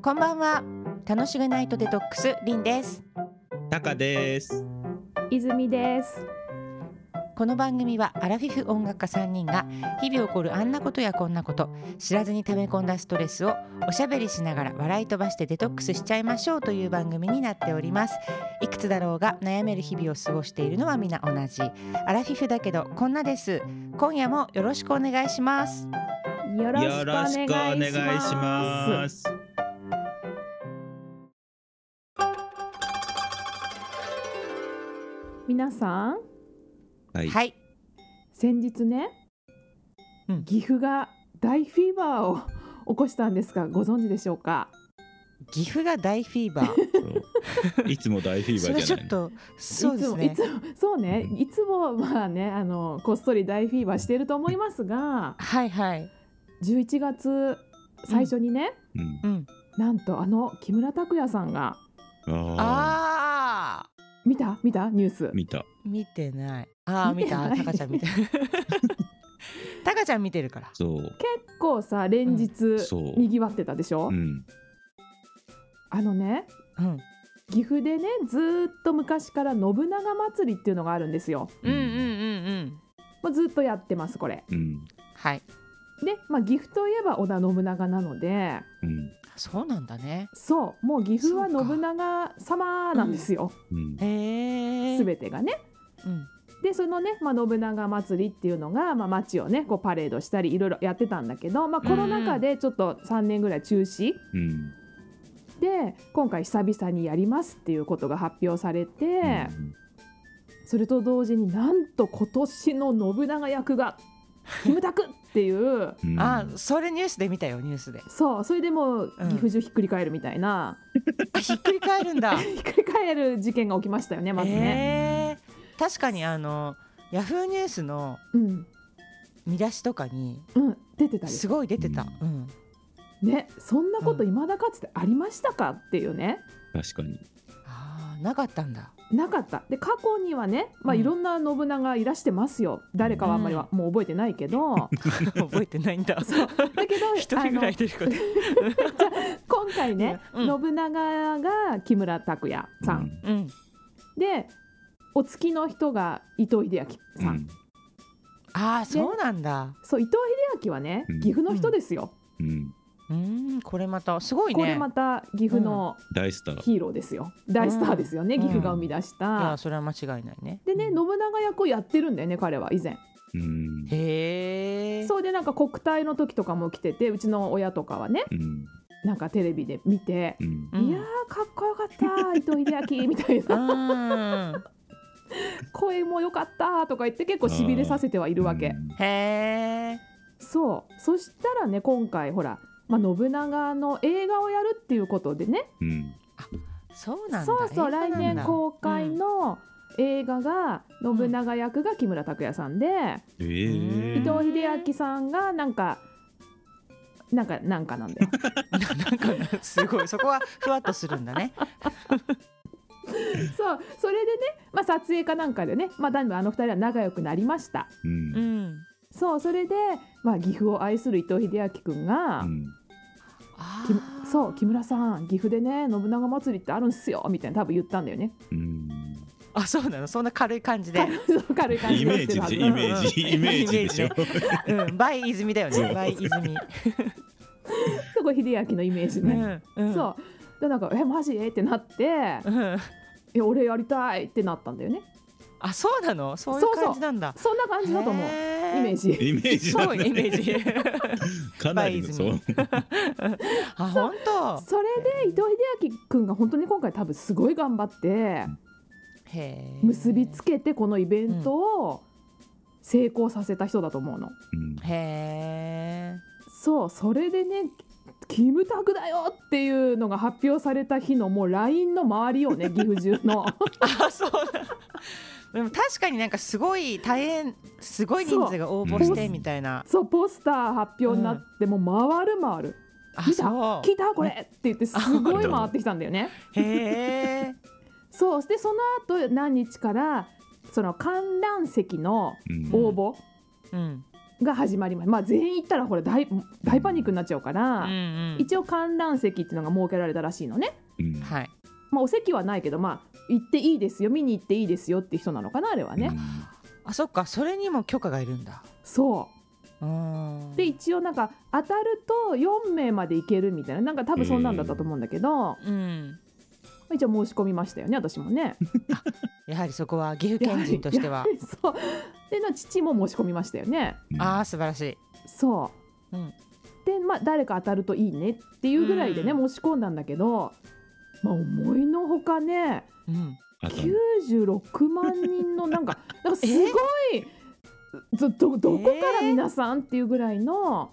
こんばんは。楽しげナイトデトックス、りんです。 タカです。 泉です。 この番組はアラフィフ音楽家3人が日々起こるあんなことやこんなこと、知らずに溜め込んだストレスをおしゃべりしながら笑い飛ばしてデトックスしちゃいましょうという番組になっております。いくつだろうが悩める日々を過ごしているのは皆同じ。アラフィフだけどこんなです。今夜もよろしくお願いします。 よろしくお願いします。皆さん、 はい、 先日ね、岐阜が大フィーバーを起こしたんですがご存知でしょうか。 岐阜が大フィーバーいつも大フィーバーじゃない。 それちょっとそうですね。 そうね、いつもはねこっそり大フィーバーしていると思いますがはいはい、 11月最初にね、なんと木村拓哉さんが見たニュース。 見てない。見た。タカちゃん見てタカちゃん見てるから。 そう結構さ連日にぎわってたでしょ。岐阜でねずっと昔から信長祭りっていうのがあるんですよ。もうずっとやってますこれ。 はい。 で、岐阜といえば織田信長なので、 そうなんだね。 そうもう岐阜は信長様なんですよ。すべてがね。でそのね、信長祭りっていうのが、街をねこうパレードしたりいろいろやってたんだけど、コロナ禍でちょっと3年ぐらい中止、で今回久々にやりますっていうことが発表されて、それと同時になんと今年の信長役がキムタクっていう、 それニュースで見たよ。ニュースで。 そうそれでもう岐阜中ひっくり返るみたいな、 ひっくり返るんだ。 ひっくり返る事件が起きましたよね。まずね、 確かにヤフーニュースの見出しとかに、 出てたりすごい出てた。 ね、そんなこと未だかつてありましたかっていうね。 確かになかったんだ。 なかった。で過去にはね、いろんな信長いらしてますよ。誰かはあんまりはもう覚えてないけど、 覚えてないんだ。 そうだけど一人ぐらい出ること今回ね、信長が木村拓哉さん、でお付きの人が伊藤英明さん。 そうなんだ。 そう伊藤英明はね、岐阜の人ですよ。 これまたすごいね。 これまた岐阜の大スターヒーローですよ。大スターですよね、岐阜が生み出した。 いやそれは間違いないね。 でね、信長役をやってるんだよね彼は以前。 へえ。 そうでなんか国体の時とかも来てて、うちの親とかはね、なんかテレビで見て、いやーかっこよかった伊藤英明みたいな声も良かったとか言って結構しびれさせてはいるわけ。 へえ。 そしたらね今回ほら、信長の映画をやるっていうことでね、 そうなんだ。 そう来年公開の映画が信長役が木村拓哉さんで、伊藤英明さんがなんかなんだよなんかすごいそこはふわっとするんだねそうそれでね、撮影かなんかでね、だいぶ二人は仲良くなりました。そうそれで、岐阜を愛する伊藤英明くんが、木村さん岐阜でね信長祭りってあるんすよみたいな多分言ったんだよね。 そうなの。そんな軽い感じで軽い感じでイメージでしょ。 バイ泉だよね。バイ泉すごい秀明のイメージね。そうでなんかマジってなって、俺やりたいってなったんだよね。 そうなの。そういう感じなんだ。 そんな感じだと思う。イメージすごいイメージかなりのそう本当。 それで伊藤英明くんが本当に今回多分すごい頑張って結びつけてこのイベントを成功させた人だと思うの。それでねキムタクだよっていうのが発表された日のもう LINE の周りをね岐阜中のそうだ。でも確かになんかすごい大変、すごい人数が応募してみたいな。 そうポスター発表になってもう回る見た聞いたこれって言ってすごい回ってきたんだよね。そうでその後何日からその観覧席の応募が始まります。まあ全員行ったらほら大パニックになっちゃうから、一応観覧席っていうのが設けられたらしいのね。 はい。 まあお席はないけど、まあ行っていいですよ、見に行っていいですよって人なのかな、あれはね。 あ、そっか、それにも許可がいるんだ。 そう。で一応なんか当たると4名まで行けるみたいな、なんか多分そんなんだったと思うんだけど、一応申し込みましたよね、私もね。 やはりそこは岐阜県人としては。 そうで父も申し込みましたよね。 ああ素晴らしい。 そう、でまあ誰か当たるといいねっていうぐらいでね、申し込んだんだけど、まあ思いのほかね、96万人のなんかすごいどこから皆さんっていうぐらいの、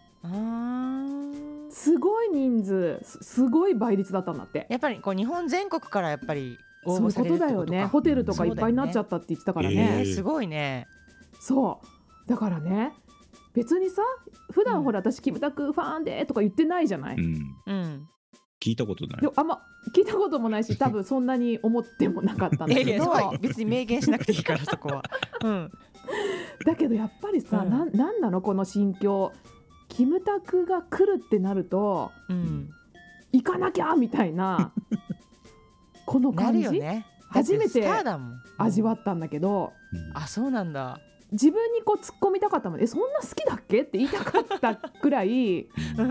すごい人数、すごい倍率だったんだって。 やっぱりこう日本全国からやっぱり応募されるってことか。そういうことだよね。 ホテルとかいっぱいになっちゃったって言ってたからね。 すごいね。 そうだからね、別にさ普段ほら私キムタクファンでとか言ってないじゃない。 聞いたことない。 あんま聞いたこともないし、多分そんなに思ってもなかったんだけど別に明言しなくていいからそこは。 だけどやっぱりさ、なんなのこの心境。キムタクが来るってなると、行かなきゃみたいなこの感じ、初めて味わったんだけど、 あ、そうなんだ。 自分にこう突っ込みたかったので、そんな好きだっけって言いたかったくらい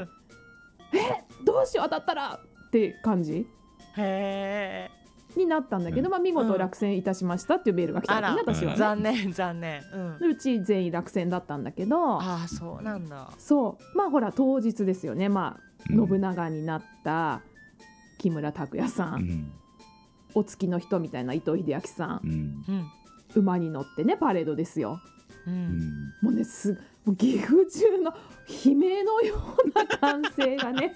どうしよう当たったらって感じになったんだけど、まあ、見事落選いたしましたっていうメールが来たのね、私はね。 残念、 うち全員落選だったんだけど。 ああそうなんだ。 そうまあほら当日ですよね。まあ信長になった木村拓哉さん、お月の人みたいな伊藤英明さん、馬に乗ってねパレードですよ。もうねもう岐阜中の悲鳴のような歓声がね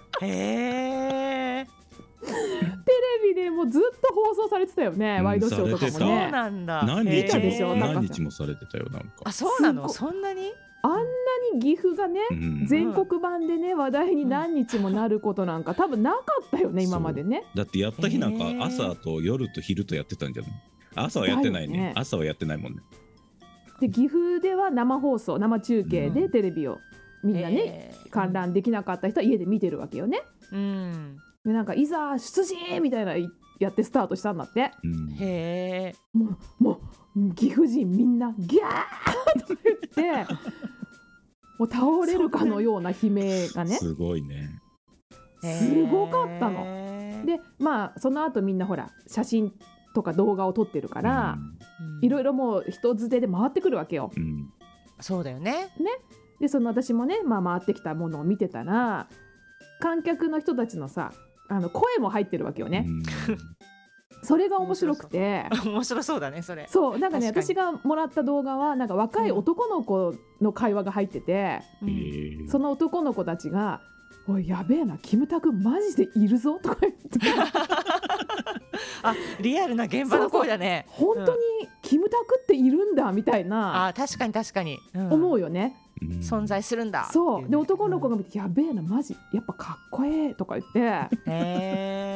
テレビでもずっと放送されてたよね、ワイドショーとかもね。 そうなんだ。 何日もされてたよなんか。 あ、そうなの。そんなにあんなに岐阜がね、全国版でね話題に何日もなることなんか多分なかったよね、今までね。 だってやった日なんか朝と夜と昼とやってたんじゃない。朝はやってないね。朝はやってないもんね。 で岐阜では生放送生中継でテレビをみんなね、観覧できなかった人は家で見てるわけよね。でなんかいざ出陣みたいなやってスタートしたんだって。へえ。もう岐阜人みんなギャーと言ってもう倒れるかのような悲鳴がね。 すごいね。 すごかったの。でまあその後みんなほら写真とか動画を撮ってるから、いろいろもう人づてで回ってくるわけよ。 そうだよね。 でその私もね、まあ、回ってきたものを見てたら観客の人たちのさ声も入ってるわけよね。それが面白くて。 面白そうだねそれ。 そうなんかね、私がもらった動画はなんか若い男の子の会話が入ってて、その男の子たちが「おいやべえな、キムタクマジでいるぞ」とか言ってあ、リアルな現場の声だね。 本当にキムタクっているんだみたいな。 あ、確かに、 思うよね。 存在するんだ。 そうで男の子が見て、やべえなマジやっぱかっこええとか言って、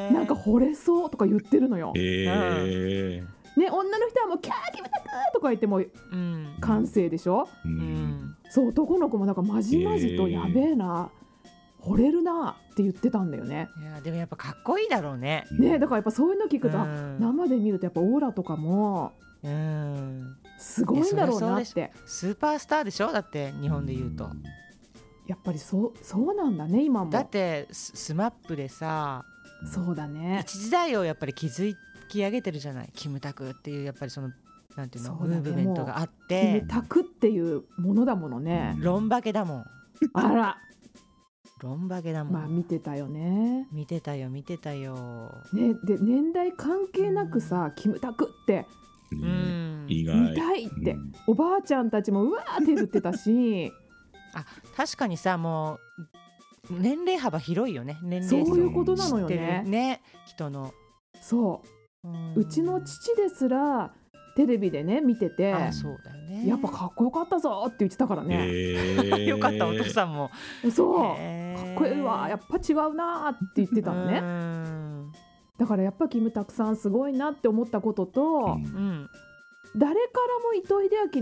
なんか惚れそうとか言ってるのよ。ね、女の人はもうキャーキムタクとか言っても歓声でしょ。そう男の子もなんかまじまじとやべえな、惚れるなって言ってたんだよね。 いやでもやっぱかっこいいだろうね。 ね、だからやっぱそういうの聞くと、生で見るとやっぱオーラとかもすごいんだろうなって。 スーパースターでしょ、だって日本で言うと。 やっぱりそうなんだね今も。 だってスマップでさ、 そうだね、 一時代をやっぱり築き上げてるじゃない、キムタクっていうやっぱりそのなんていうの、ムーブメントがあって、 キムタクっていうものだものね。 ロンバケだもん。 あらロンバケだもん。 まあ見てたよね。 見てたよ。ね、 で年代関係なくさ、キムタクって見たいって、おばあちゃんたちもうわー手振ってたしあ、確かにさ、もう年齢幅広いよね。年齢そういうことなのよね。 人のそう、うちの父ですらテレビでね見てて、 あ、そうだよね、 やっぱかっこよかったぞって言ってたからね。 よかった、お父さんもそう、かっこいいわ、やっぱ違うなって言ってたのね。だからやっぱキムタクさんすごいなって思ったことと、誰からも伊藤英明の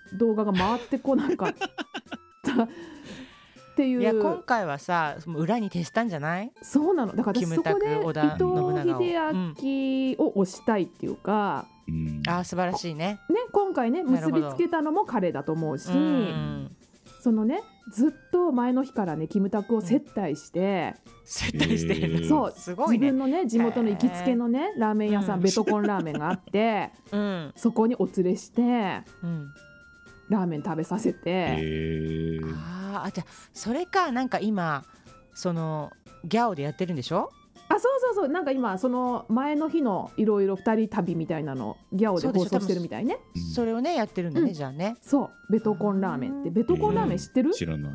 動画が回ってこなかったっていう。 いや今回はさ裏に徹したんじゃない？ そうなの。だから私そこで伊藤英明を推したいっていうか、 あ素晴らしいね。 今回ね結びつけたのも彼だと思うし、そのねずっと前の日からねキムタクを接待してそうすごいね、 自分のね地元の行きつけのねラーメン屋さんベトコンラーメンがあって、そこにお連れして、ラーメン食べさせて、 じゃあそれかなんか今そのギャオでやってるんでしょ？ そうなんか今その前の日のいろいろ2人旅みたいなのギャオで放送してるみたいね。 それをねやってるんだね、じゃあね。 そうベトコンラーメンってベトコンラーメン知ってる？ 知らない。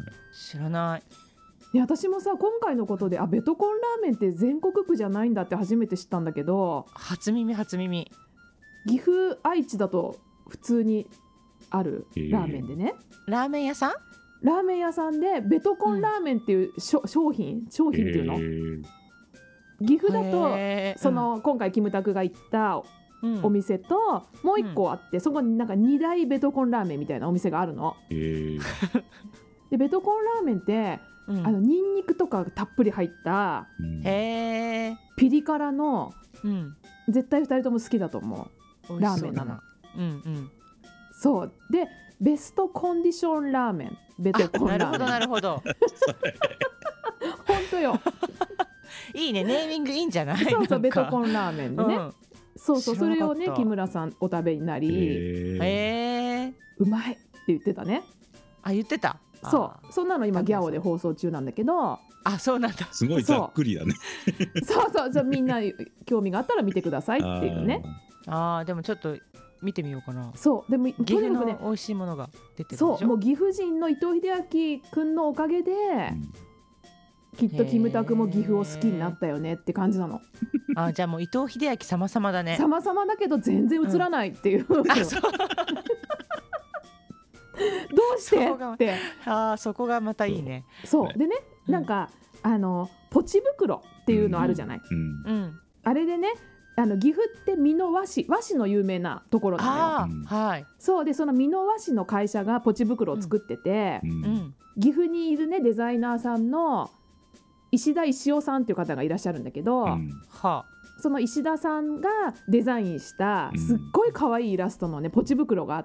いや私もさ今回のことでベトコンラーメンって全国区じゃないんだって初めて知ったんだけど、 初耳。 岐阜愛知だと普通にあるラーメンでね、 ラーメン屋さんでベトコンラーメンっていう、商品っていうの、岐阜だとその今回キムタクが行ったお店ともう一個あって、そこになんか2大ベトコンラーメンみたいなお店があるの。でベトコンラーメンってニンニクとかたっぷり入ったピリ辛の、絶対2人とも好きだと思うラーメンなの。そうでベストコンディションラーメンベトコンラーメン。なるほど本当よいいね、ネーミングいいんじゃない？ そうベトコンラーメンでね、それをね木村さんお食べになり、うまいって言ってたね。 言ってた。 そんなの今ギャオで放送中なんだけど。 そうなんだ。 すごいざっくりだね。 そうみんな興味があったら見てくださいっていうね。 でもちょっと見てみようかな。 でも岐阜の美味しいものが出てるでしょ。 もう岐阜人の伊藤英明くんのおかげで、きっとキムタクも岐阜を好きになったよねって感じなの。 じゃあもう伊藤英明様々だね。 様々だけど全然映らないっていう、どうしてってそこがまたいいね。 でね、なんかポチ袋っていうのあるじゃない。あれでね岐阜って美濃和紙の有名なところなのよ。そうでその美濃和紙の会社がポチ袋を作ってて、岐阜にいるねデザイナーさんの石田石夫さんっていう方がいらっしゃるんだけど、その石田さんがデザインしたすっごい可愛いイラストのねポチ袋があって、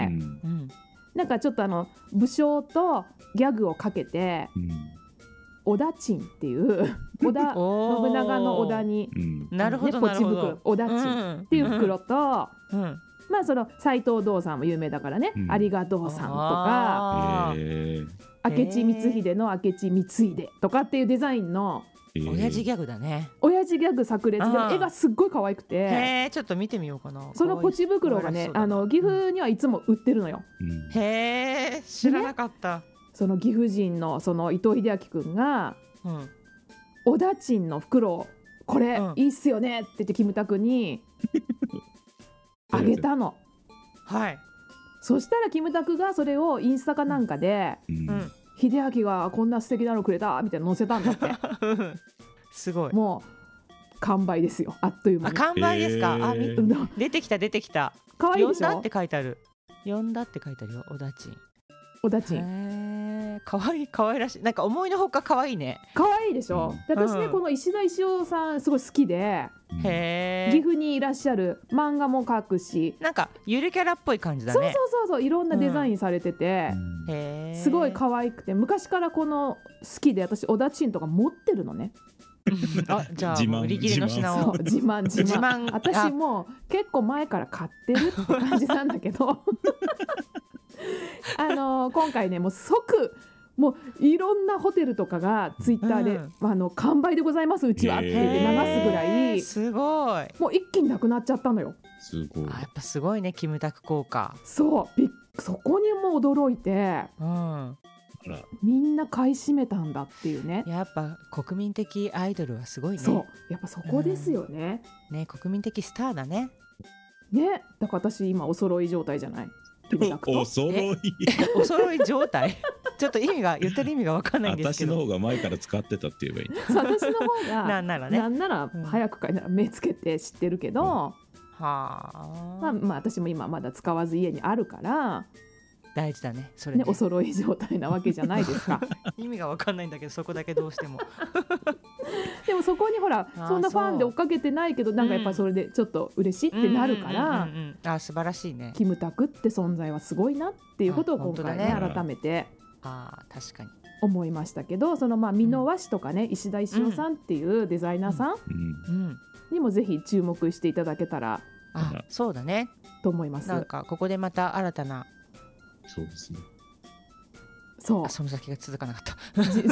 なんかちょっと武将とギャグをかけて、織田賃っていう織田信長の織田に、 なるほどポチ袋織田賃っていう袋と、その斎藤道さんも有名だからね、ありがとうさんとか、明智光秀の明智光秀とかっていうデザインの親父ギャグだね。 親父ギャグ炸裂で絵がすっごい可愛くて、 ちょっと見てみようかな。 そのポチ袋がね岐阜にはいつも売ってるのよ。 知らなかった。 その岐阜人のその伊藤英明くんが、織田賃の袋これ、いいっすよねって言ってキムタクにあげたの。そしたらキムタクがそれをインスタかなんかで、秀明がこんな素敵なのくれたみたいな載せたんだって。 すごい。 もう完売ですよ、あっという間に。 完売ですか？出てきた。 可愛いでしょ？ 呼んだって書いてあるよ。織田賃。可愛らしい。なんか思いのほか可愛いね。 可愛いでしょ。で私ね、この石田石夫さんすごい好きで、岐阜にいらっしゃる、漫画も描くし、 なんかゆるキャラっぽい感じだね。 そういろんなデザインされてて、すごい可愛くて、昔からこの好きで私織田賃とか持ってるのね。 じゃあ売り切れの品を。 自慢。私も結構前から買ってるって感じなんだけど今回ねもう即もういろんなホテルとかがツイッターで、完売でございますうちはって流すぐらい、 すごい。 もう一気になくなっちゃったのよ。 すごい。 やっぱすごいね、キムタク効果。 そこにも驚いて、みんな買い占めたんだっていうね。 やっぱ国民的アイドルはすごいね。 やっぱそこですよね。 国民的スターだね。 だから私今お揃い状態じゃない。 お揃い状態ちょっと言ってる意味が分かんないんですけど、 私の方が前から使ってたって言えばいい。 私の方がなんなら早く買いなら目つけて知ってるけど、私も今まだ使わず家にあるから大事だねそれね。 お揃い状態なわけじゃないですか意味が分かんないんだけどそこだけどうしてもでもそこにほらそんなファンで追っかけてないけどなんかやっぱりそれでちょっと嬉しいってなるから素晴らしいね。 キムタクって存在はすごいなっていうことを今回ね改めて確かに思いましたけど、その箕輪氏とかね石田一生さんっていうデザイナーさんにもぜひ注目していただけたらそうだねと思います。 なんかここでまた新たなそうですね。 そうその先が続かなかった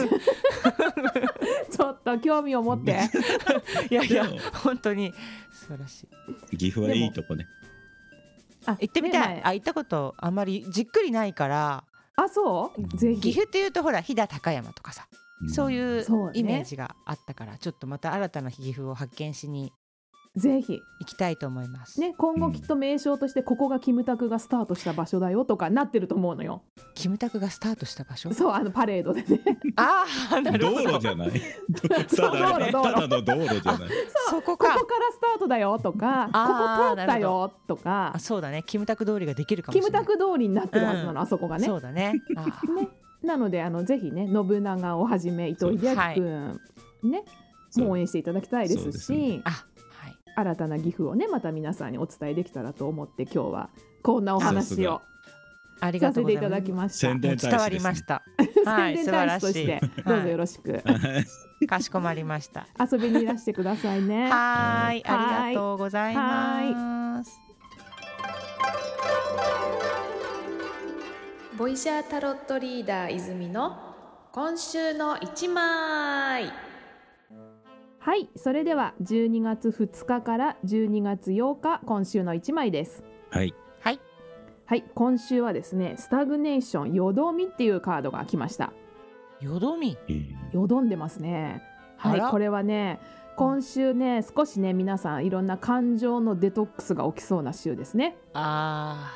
ちょっと興味を持っていやいや本当に素晴らしい。岐阜はいいとこね。 行ってみたい。行ったことあんまりじっくりないから。 そうぜひ。 岐阜っていうとほら飛騨高山とかさ、そういうイメージがあったから、ちょっとまた新たな岐阜を発見しにぜひ行きたいと思います、 ね、今後きっと名称としてここがキムタクがスタートした場所だよとかなってると思うのよ。 キムタクがスタートした場所？ そうパレードでねなるほど。 道路じゃないただの道路じゃないそこからスタートだよとかここ通ったよとか。 そうだね、キムタク通りができるかもしれない。 キムタク通りになってるはずなの、あそこがね。 そうだね。 なのでぜひね信長をはじめ伊藤英明君ねも応援していただきたいですし、新たな岐阜をねまた皆さんにお伝えできたらと思って今日はこんなお話をさせていただきました。 伝わりました。 宣伝大使としてどうぞよろしく。 かしこまりました。 遊びにいらしてくださいね。 はい、ありがとうございます。 ボイシャータロットリーダー泉の今週の一枚。 はい、それでは12月2日から12月8日今週の1枚です。 はいはいはい、今週はですねスタグネーションよどみっていうカードが来ました。 よどみ、 よどんでますね。はい、これはね今週ね少しね皆さんいろんな感情のデトックスが起きそうな週ですね。はい、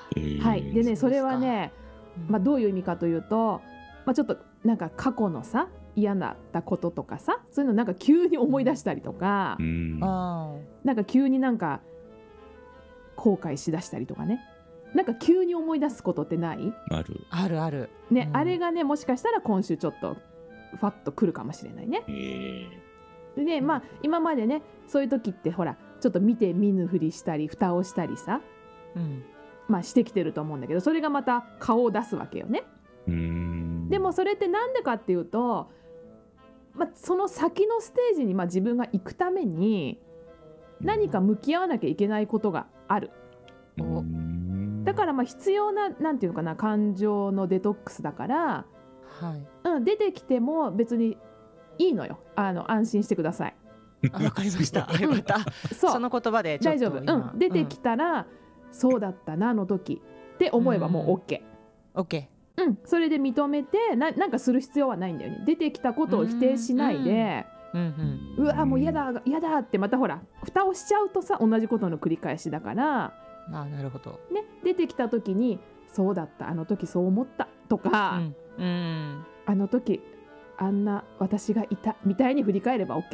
でねそれはね、どういう意味かというと、ちょっとなんか過去のさ嫌だったこととかさそういうのなんか急に思い出したりとか、なんか急になんか後悔しだしたりとかね、なんか急に思い出すことってない？ あるあるね、あれがねもしかしたら今週ちょっとファッと来るかもしれないね。でね今までねそういう時ってほらちょっと見て見ぬふりしたり蓋をしたりさ、してきてると思うんだけど、それがまた顔を出すわけよね。でもそれってなんでかっていうと、その先のステージに自分が行くために何か向き合わなきゃいけないことがある。だから必要ななんていうのかな感情のデトックスだから、出てきても別にいいのよ。安心してください。 わかりました。よかった。その言葉でちょっと大丈夫。出てきたら、そうだったなあの時って思えばもう OK。それで認めてなんかする必要はないんだよね。出てきたことを否定しないで、うわもう嫌だってまたほら蓋をしちゃうとさ同じことの繰り返しだから。 なるほど、 ね、出てきた時にそうだったあの時そう思ったとか、あの時あんな私がいたみたいに振り返れば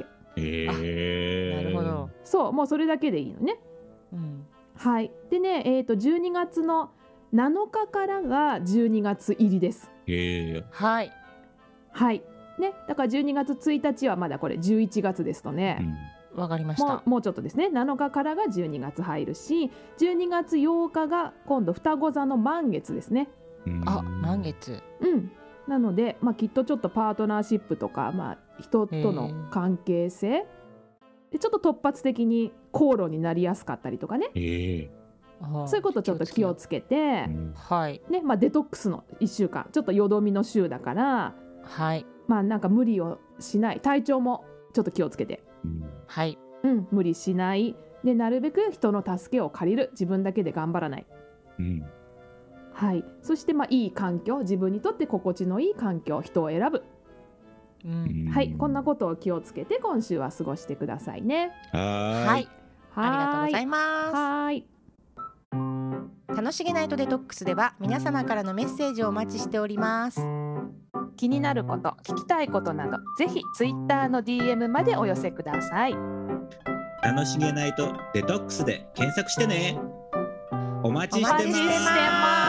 OK。なるほど。 そうもうそれだけでいいのね。はい。でね12月の7日からが12月入りです。 はいはいね、だから12月1日はまだこれ11月ですとね、 わかりました。 もうちょっとですね。7日からが12月入るし、12月8日が今度双子座の満月ですね。 満月。 なので、きっとちょっとパートナーシップとか、人との関係性でちょっと突発的に口論になりやすかったりとかね、そういうことちょっと気をつけて、ね、デトックスの1週間ちょっとよどみの週だから、なんか無理をしない、体調もちょっと気をつけて、無理しないで、なるべく人の助けを借りる、自分だけで頑張らない、そしていい環境、自分にとって心地のいい環境、人を選ぶ、こんなことを気をつけて今週は過ごしてくださいね。 ありがとうございます。楽しげナイトデトックスでは皆様からのメッセージをお待ちしております。 気になること、聞きたいことなどぜひツイッターの DM までお寄せください。 楽しげナイトデトックスで検索してね。お待ちしてます。